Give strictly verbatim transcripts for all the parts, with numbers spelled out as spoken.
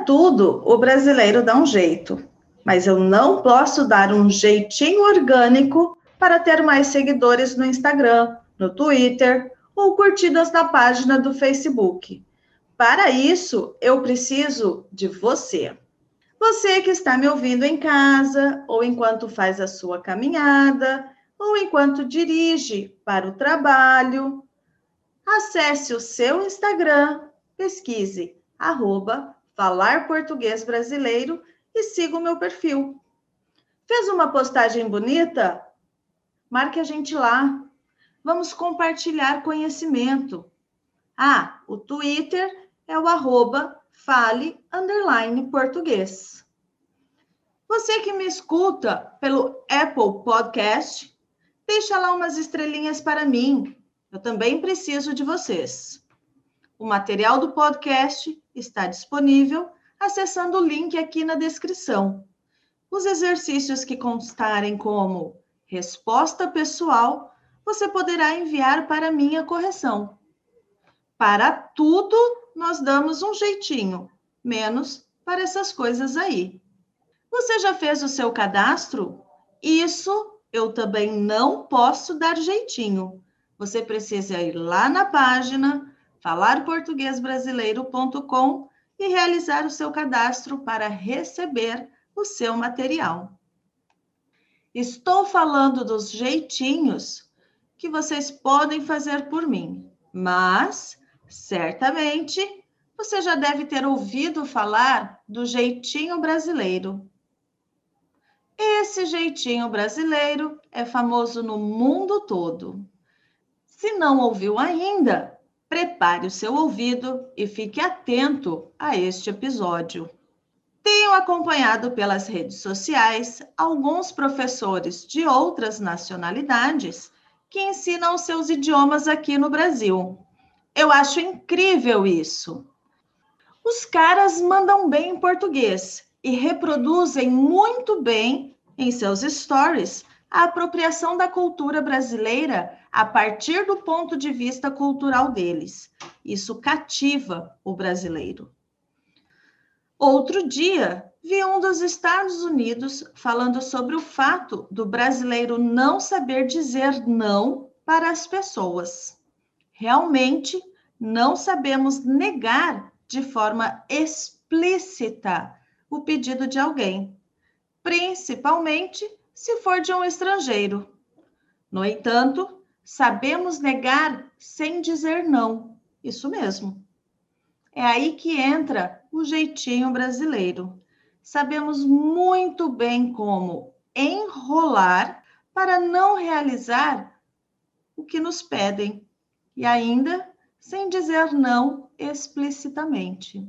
Para tudo, o brasileiro dá um jeito, mas eu não posso dar um jeitinho orgânico para ter mais seguidores no Instagram, no Twitter ou curtidas na página do Facebook. Para isso, eu preciso de você. Você que está me ouvindo em casa, ou enquanto faz a sua caminhada, ou enquanto dirige para o trabalho, acesse o seu Instagram, pesquise arroba Falar Português Brasileiro e siga o meu perfil. Fez uma postagem bonita? Marque a gente lá. Vamos compartilhar conhecimento. Ah, o Twitter é o arroba Fale Underline Português. Você que me escuta pelo Apple Podcast, deixa lá umas estrelinhas para mim. Eu também preciso de vocês. O material do podcast está disponível acessando o link aqui na descrição. Os exercícios que constarem como resposta pessoal, você poderá enviar para minha correção. Para tudo, nós damos um jeitinho, menos para essas coisas aí. Você já fez o seu cadastro? Isso eu também não posso dar jeitinho. Você precisa ir lá na página falar português brasileiro ponto com e realizar o seu cadastro para receber o seu material. Estou falando dos jeitinhos que vocês podem fazer por mim, mas certamente você já deve ter ouvido falar do jeitinho brasileiro. Esse jeitinho brasileiro é famoso no mundo todo. Se não ouviu ainda, prepare o seu ouvido e fique atento a este episódio. Tenho acompanhado pelas redes sociais alguns professores de outras nacionalidades que ensinam seus idiomas aqui no Brasil. Eu acho incrível isso. Os caras mandam bem em português e reproduzem muito bem em seus stories a apropriação da cultura brasileira a partir do ponto de vista cultural deles. Isso cativa o brasileiro. Outro dia, vi um dos Estados Unidos falando sobre o fato do brasileiro não saber dizer não para as pessoas. Realmente, não sabemos negar de forma explícita o pedido de alguém, principalmente se for de um estrangeiro. No entanto, sabemos negar sem dizer não. Isso mesmo. É aí que entra o jeitinho brasileiro. Sabemos muito bem como enrolar para não realizar o que nos pedem e ainda sem dizer não explicitamente.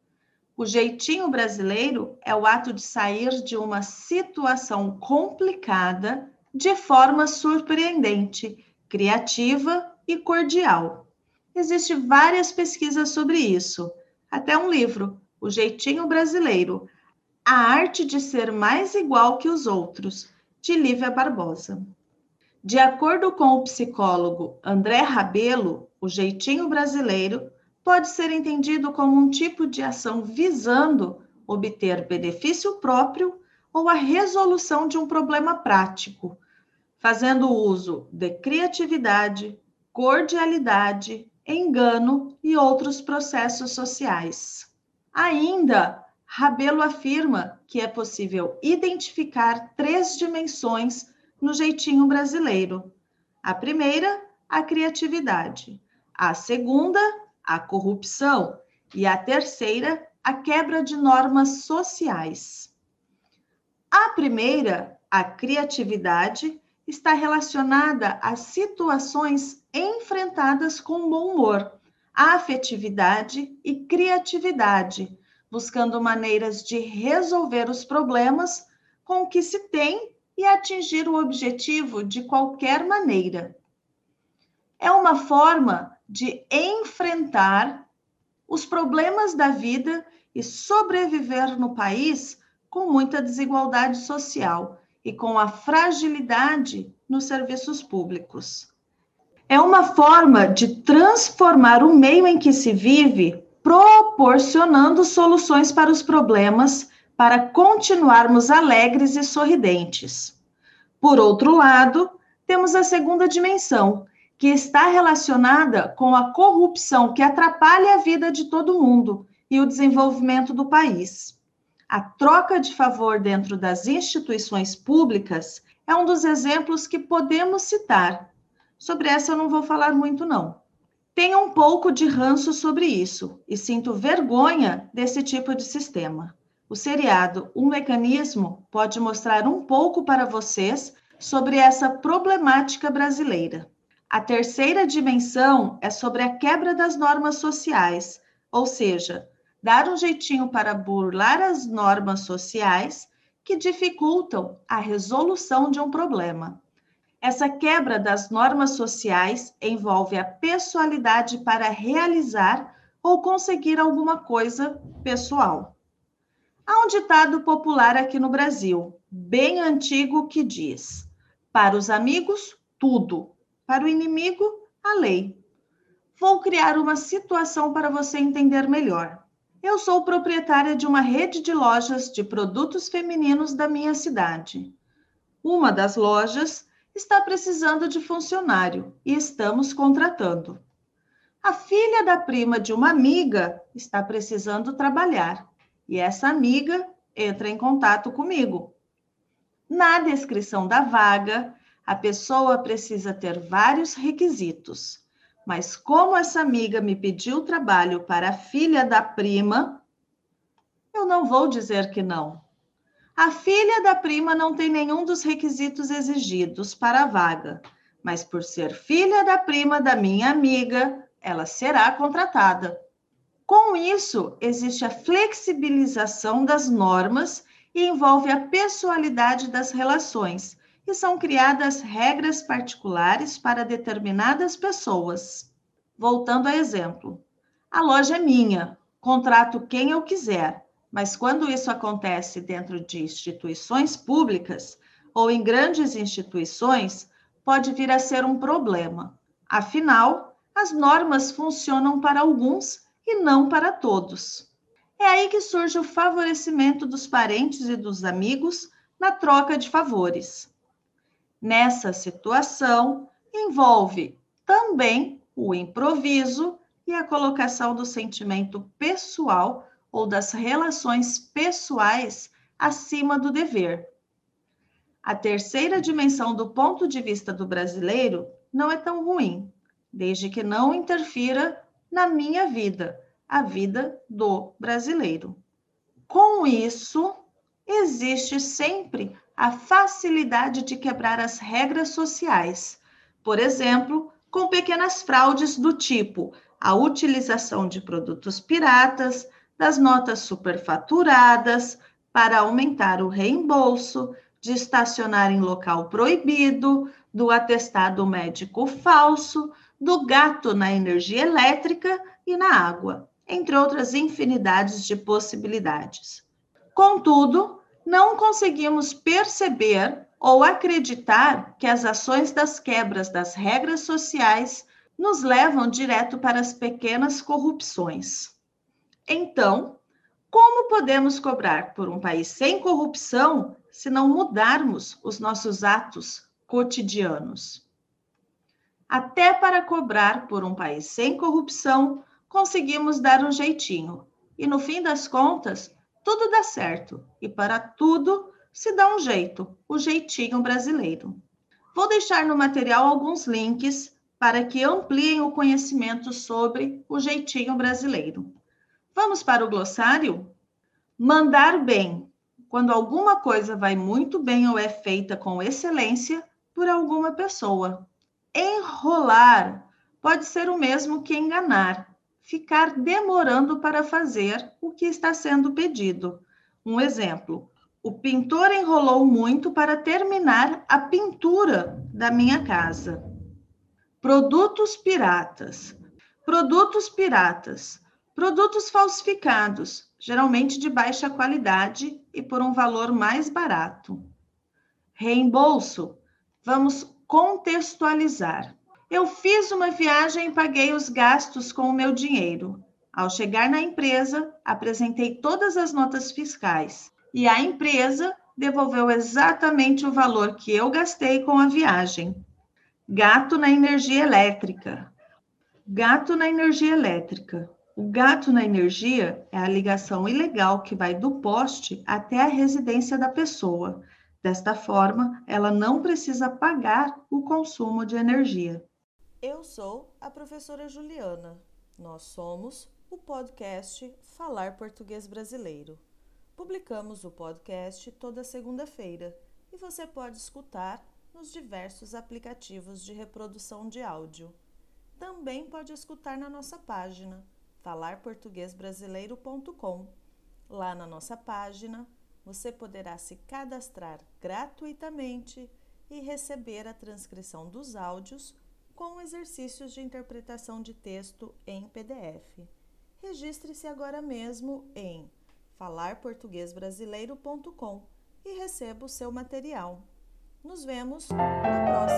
O jeitinho brasileiro é o ato de sair de uma situação complicada de forma surpreendente, criativa e cordial. Existem várias pesquisas sobre isso, até um livro, O Jeitinho Brasileiro, A Arte de Ser Mais Igual que os Outros, de Lívia Barbosa. De acordo com o psicólogo André Rabelo, o jeitinho brasileiro pode ser entendido como um tipo de ação visando obter benefício próprio ou a resolução de um problema prático, fazendo uso de criatividade, cordialidade, engano e outros processos sociais. Ainda, Rabelo afirma que é possível identificar três dimensões no jeitinho brasileiro. A primeira, a criatividade. A segunda, a corrupção. E a terceira, a quebra de normas sociais. A primeira, a criatividade, está relacionada às situações enfrentadas com bom humor, afetividade e criatividade, buscando maneiras de resolver os problemas com o que se tem e atingir o objetivo de qualquer maneira. É uma forma de enfrentar os problemas da vida e sobreviver no país com muita desigualdade social e com a fragilidade nos serviços públicos. É uma forma de transformar o meio em que se vive proporcionando soluções para os problemas para continuarmos alegres e sorridentes. Por outro lado, temos a segunda dimensão, que está relacionada com a corrupção que atrapalha a vida de todo mundo e o desenvolvimento do país. A troca de favor dentro das instituições públicas é um dos exemplos que podemos citar. Sobre essa eu não vou falar muito, não. Tenho um pouco de ranço sobre isso e sinto vergonha desse tipo de sistema. O seriado Um Mecanismo pode mostrar um pouco para vocês sobre essa problemática brasileira. A terceira dimensão é sobre a quebra das normas sociais, ou seja, dar um jeitinho para burlar as normas sociais que dificultam a resolução de um problema. Essa quebra das normas sociais envolve a pessoalidade para realizar ou conseguir alguma coisa pessoal. Há um ditado popular aqui no Brasil, bem antigo, que diz: para os amigos, tudo, para o inimigo, a lei. Vou criar uma situação para você entender melhor. Eu sou proprietária de uma rede de lojas de produtos femininos da minha cidade. Uma das lojas está precisando de funcionário e estamos contratando. A filha da prima de uma amiga está precisando trabalhar e essa amiga entra em contato comigo. Na descrição da vaga, a pessoa precisa ter vários requisitos, mas como essa amiga me pediu trabalho para a filha da prima, eu não vou dizer que não. A filha da prima não tem nenhum dos requisitos exigidos para a vaga, mas por ser filha da prima da minha amiga, ela será contratada. Com isso, existe a flexibilização das normas e envolve a pessoalidade das relações, e são criadas regras particulares para determinadas pessoas. Voltando a exemplo, a loja é minha, contrato quem eu quiser, mas quando isso acontece dentro de instituições públicas ou em grandes instituições, pode vir a ser um problema. Afinal, as normas funcionam para alguns e não para todos. É aí que surge o favorecimento dos parentes e dos amigos na troca de favores. Nessa situação, envolve também o improviso e a colocação do sentimento pessoal ou das relações pessoais acima do dever. A terceira dimensão do ponto de vista do brasileiro não é tão ruim, desde que não interfira na minha vida, a vida do brasileiro. Com isso, existe sempre a facilidade de quebrar as regras sociais, por exemplo, com pequenas fraudes do tipo a utilização de produtos piratas, das notas superfaturadas para aumentar o reembolso, de estacionar em local proibido, do atestado médico falso, do gato na energia elétrica e na água, entre outras infinidades de possibilidades. Contudo, não conseguimos perceber ou acreditar que as ações das quebras das regras sociais nos levam direto para as pequenas corrupções. Então, como podemos cobrar por um país sem corrupção se não mudarmos os nossos atos cotidianos? Até para cobrar por um país sem corrupção, conseguimos dar um jeitinho. E no fim das contas, tudo dá certo. E para tudo se dá um jeito, o jeitinho brasileiro. Vou deixar no material alguns links para que ampliem o conhecimento sobre o jeitinho brasileiro. Vamos para o glossário? Mandar bem, quando alguma coisa vai muito bem ou é feita com excelência por alguma pessoa. Enrolar pode ser o mesmo que enganar, ficar demorando para fazer o que está sendo pedido. Um exemplo, o pintor enrolou muito para terminar a pintura da minha casa. Produtos piratas. Produtos piratas. Produtos falsificados, geralmente de baixa qualidade e por um valor mais barato. Reembolso. Vamos contextualizar. Eu fiz uma viagem e paguei os gastos com o meu dinheiro. Ao chegar na empresa, apresentei todas as notas fiscais e a empresa devolveu exatamente o valor que eu gastei com a viagem. Gato na energia elétrica. Gato na energia elétrica. O gato na energia é a ligação ilegal que vai do poste até a residência da pessoa. Desta forma, ela não precisa pagar o consumo de energia. Eu sou a professora Juliana. Nós somos o podcast Falar Português Brasileiro. Publicamos o podcast toda segunda-feira e você pode escutar nos diversos aplicativos de reprodução de áudio. Também pode escutar na nossa página falar português brasileiro ponto com. Lá na nossa página, você poderá se cadastrar gratuitamente e receber a transcrição dos áudios com exercícios de interpretação de texto em P D F. Registre-se agora mesmo em falar português brasileiro ponto com e receba o seu material. Nos vemos na próxima.